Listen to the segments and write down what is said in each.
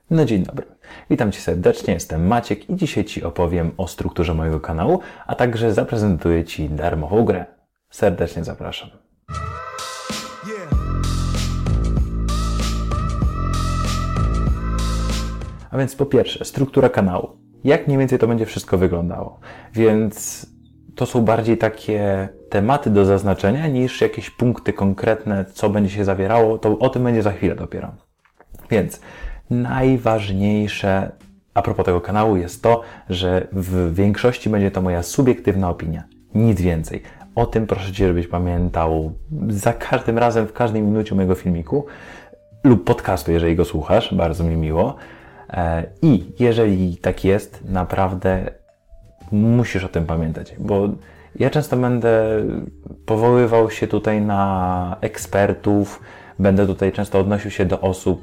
No dzień dobry, witam Cię serdecznie, jestem Maciek i dzisiaj Ci opowiem o strukturze mojego kanału, a także zaprezentuję Ci darmową grę. Serdecznie zapraszam. A więc po pierwsze, struktura kanału. Jak mniej więcej to będzie wszystko wyglądało? Więc to są bardziej takie tematy do zaznaczenia niż jakieś punkty konkretne, co będzie się zawierało, to o tym będzie za chwilę dopiero. Więc najważniejsze a propos tego kanału jest to, że w większości będzie to moja subiektywna opinia. Nic więcej. O tym proszę Cię, żebyś pamiętał za każdym razem, w każdej minucie mojego filmiku lub podcastu, jeżeli go słuchasz. Bardzo mi miło. I jeżeli tak jest, naprawdę musisz o tym pamiętać, bo ja często będę powoływał się tutaj na ekspertów, będę tutaj często odnosił się do osób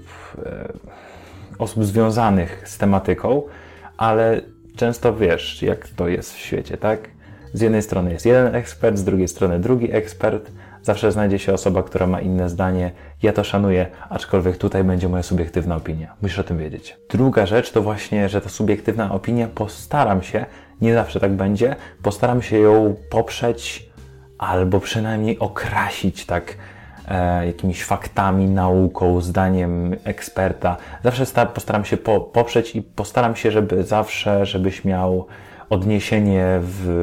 związanych z tematyką, ale często wiesz, jak to jest w świecie, tak? Z jednej strony jest jeden ekspert, z drugiej strony drugi ekspert. Zawsze znajdzie się osoba, która ma inne zdanie. Ja to szanuję, aczkolwiek tutaj będzie moja subiektywna opinia. Musisz o tym wiedzieć. Druga rzecz to właśnie, że ta subiektywna opinia postaram się, nie zawsze tak będzie, postaram się ją poprzeć albo przynajmniej okrasić tak jakimiś faktami, nauką, zdaniem eksperta. Zawsze postaram się poprzeć i postaram się, żebyś miał odniesienie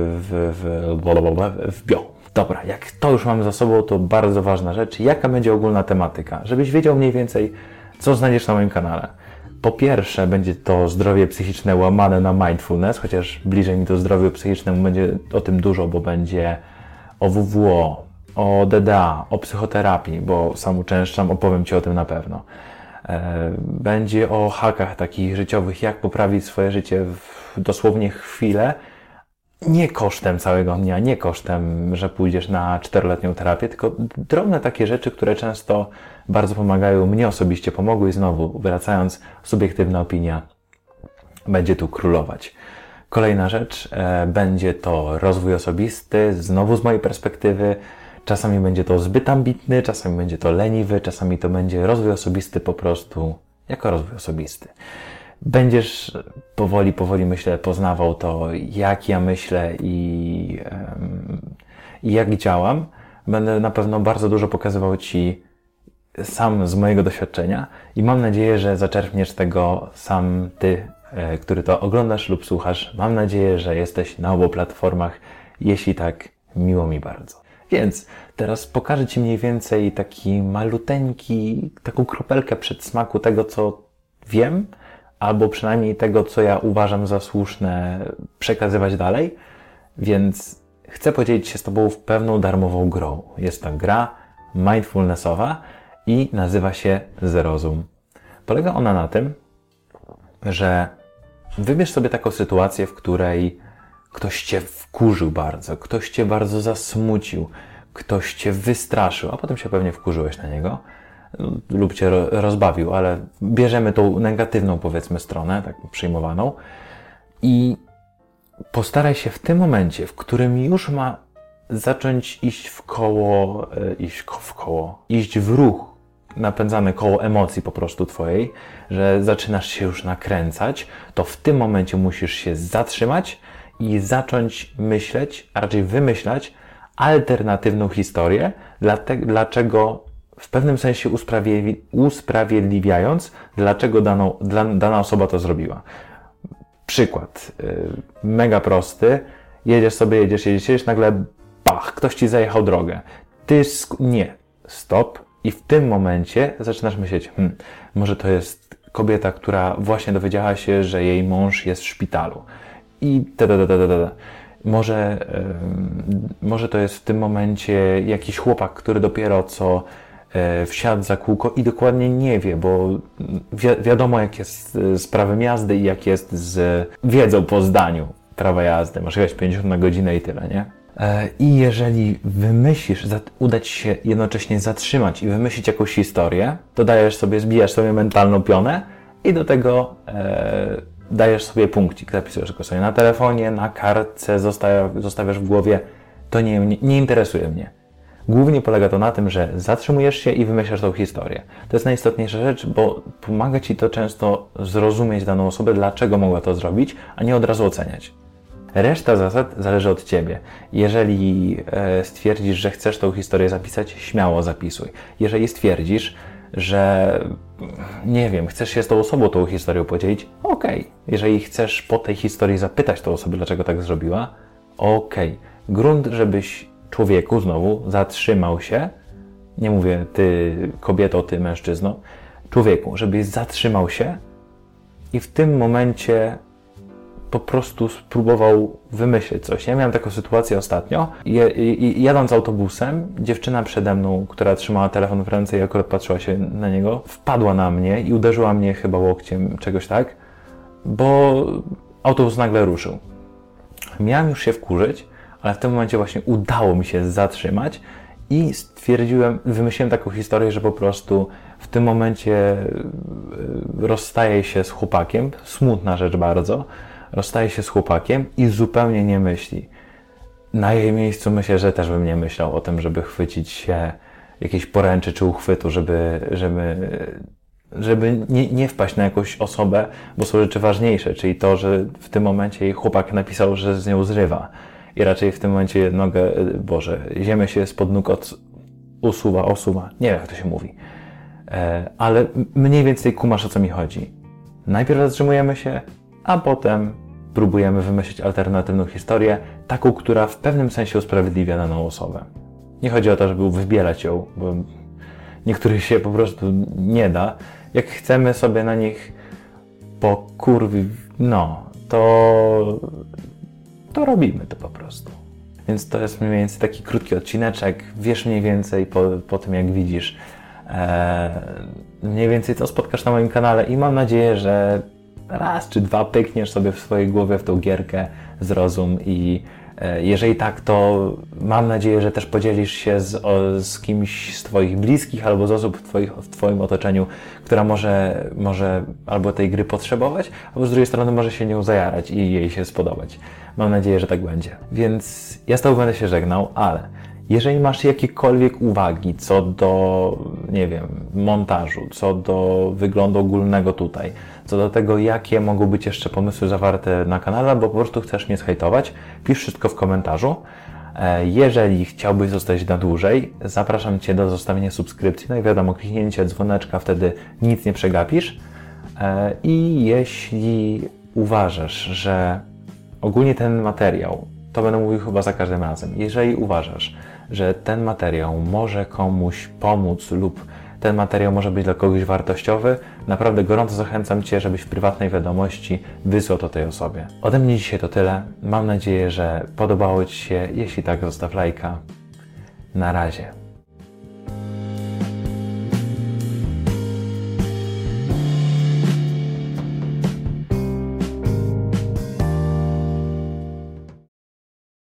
w bio. Dobra, jak to już mamy za sobą, to bardzo ważna rzecz. Jaka będzie ogólna tematyka? Żebyś wiedział mniej więcej, co znajdziesz na moim kanale. Po pierwsze, będzie to zdrowie psychiczne łamane na mindfulness, chociaż bliżej mi to zdrowiu psychicznemu będzie o tym dużo, bo będzie o WWO, o DDA, o psychoterapii, bo sam uczęszczam, opowiem Ci o tym na pewno. Będzie o hakach takich życiowych, jak poprawić swoje życie w dosłownie chwilę, nie kosztem całego dnia, nie kosztem, że pójdziesz na 4-letnią terapię, tylko drobne takie rzeczy, które często bardzo pomagają, mnie osobiście pomogły i znowu, wracając, subiektywna opinia będzie tu królować. Kolejna rzecz, będzie to rozwój osobisty, znowu z mojej perspektywy. Czasami będzie to zbyt ambitny, czasami będzie to leniwy, czasami to będzie rozwój osobisty po prostu jako rozwój osobisty. Będziesz powoli, myślę, poznawał to, jak ja myślę i jak działam. Będę na pewno bardzo dużo pokazywał Ci sam z mojego doświadczenia i mam nadzieję, że zaczerpniesz tego sam Ty, który to oglądasz lub słuchasz. Mam nadzieję, że jesteś na obu platformach. Jeśli tak, miło mi bardzo. Więc teraz pokażę Ci mniej więcej taką kropelkę przedsmaku tego, co wiem, albo przynajmniej tego, co ja uważam za słuszne przekazywać dalej. Więc chcę podzielić się z Tobą pewną darmową grą. Jest to gra mindfulnessowa i nazywa się Zrozum. Polega ona na tym, że wybierz sobie taką sytuację, w której ktoś Cię wkurzył bardzo, ktoś Cię bardzo zasmucił, ktoś Cię wystraszył, a potem się pewnie wkurzyłeś na niego lub Cię rozbawił, ale bierzemy tą negatywną, powiedzmy, stronę, tak przyjmowaną i postaraj się w tym momencie, w którym już ma zacząć iść w ruch, napędzany koło emocji po prostu Twojej, że zaczynasz się już nakręcać, to w tym momencie musisz się zatrzymać i zacząć myśleć, a raczej wymyślać alternatywną historię, dlaczego w pewnym sensie usprawiedliwiając, dlaczego dana osoba to zrobiła. Przykład, mega prosty, jedziesz, nagle bach, ktoś Ci zajechał drogę. Nie, stop i w tym momencie zaczynasz myśleć, może to jest kobieta, która właśnie dowiedziała się, że jej mąż jest w szpitalu. I Może to jest w tym momencie jakiś chłopak, który dopiero co wsiadł za kółko i dokładnie nie wie, bo wiadomo, jak jest z prawem jazdy i jak jest z wiedzą po zdaniu prawa jazdy. Masz jechać 50 na godzinę i tyle, nie? I jeżeli wymyślisz, uda Ci się jednocześnie zatrzymać i wymyślić jakąś historię, to zbijasz sobie mentalną pionę i do tego dajesz sobie punkcik, zapisujesz go sobie na telefonie, na kartce, zostawiasz w głowie, to nie interesuje mnie. Głównie polega to na tym, że zatrzymujesz się i wymyślasz tą historię. To jest najistotniejsza rzecz, bo pomaga Ci to często zrozumieć daną osobę, dlaczego mogła to zrobić, a nie od razu oceniać. Reszta zasad zależy od Ciebie. Jeżeli stwierdzisz, że chcesz tą historię zapisać, śmiało zapisuj. Jeżeli stwierdzisz, że nie wiem, chcesz się z tą osobą tą historią podzielić, okej. Jeżeli chcesz po tej historii zapytać tą osobę, dlaczego tak zrobiła, okej. Grunt, żebyś człowieku znowu zatrzymał się, nie mówię ty kobieto, ty mężczyzno, człowieku, żebyś zatrzymał się i w tym momencie po prostu spróbował wymyślić coś. Ja miałem taką sytuację ostatnio. Jadąc autobusem, dziewczyna przede mną, która trzymała telefon w ręce i akurat patrzyła się na niego, wpadła na mnie i uderzyła mnie chyba łokciem, czegoś tak, bo autobus nagle ruszył. Miałem już się wkurzyć, ale w tym momencie właśnie udało mi się zatrzymać i wymyśliłem taką historię, że po prostu w tym momencie rozstaję się z chłopakiem, smutna rzecz bardzo, rozstaje się z chłopakiem i zupełnie nie myśli. Na jej miejscu myślę, że też bym nie myślał o tym, żeby chwycić się jakiejś poręczy czy uchwytu, żeby nie wpaść na jakąś osobę, bo są rzeczy ważniejsze, czyli to, że w tym momencie jej chłopak napisał, że z nią zrywa i raczej w tym momencie ziemię się spod nóg osuwa, nie wiem jak to się mówi, ale mniej więcej kumasz, o co mi chodzi. Najpierw zatrzymujemy się, a potem próbujemy wymyślić alternatywną historię, taką, która w pewnym sensie usprawiedliwia daną osobę. Nie chodzi o to, żeby wybielać ją, bo niektórych się po prostu nie da. Jak chcemy sobie na nich to robimy to po prostu. Więc to jest mniej więcej taki krótki odcineczek. Wiesz mniej więcej po tym, jak widzisz, mniej więcej co spotkasz na moim kanale i mam nadzieję, że raz czy dwa pykniesz sobie w swojej głowie w tą gierkę, zrozum i jeżeli tak, to mam nadzieję, że też podzielisz się z kimś z Twoich bliskich albo z osób w Twoim otoczeniu, która może albo tej gry potrzebować, albo z drugiej strony może się nią zajarać i jej się spodobać. Mam nadzieję, że tak będzie. Więc ja z Tobą będę się żegnał, ale jeżeli masz jakiekolwiek uwagi co do, nie wiem, montażu, co do wyglądu ogólnego tutaj, co do tego, jakie mogą być jeszcze pomysły zawarte na kanale, albo po prostu chcesz mnie zhejtować, pisz wszystko w komentarzu. Jeżeli chciałbyś zostać na dłużej, zapraszam Cię do zostawienia subskrypcji, no i wiadomo, kliknięcie dzwoneczka, wtedy nic nie przegapisz. I jeśli uważasz, że ogólnie ten materiał, to będę mówił chyba za każdym razem, jeżeli uważasz, że ten materiał może komuś pomóc lub ten materiał może być dla kogoś wartościowy, naprawdę gorąco zachęcam Cię, żebyś w prywatnej wiadomości wysłał to tej osobie. Ode mnie dzisiaj to tyle. Mam nadzieję, że podobało Ci się. Jeśli tak, zostaw lajka. Na razie.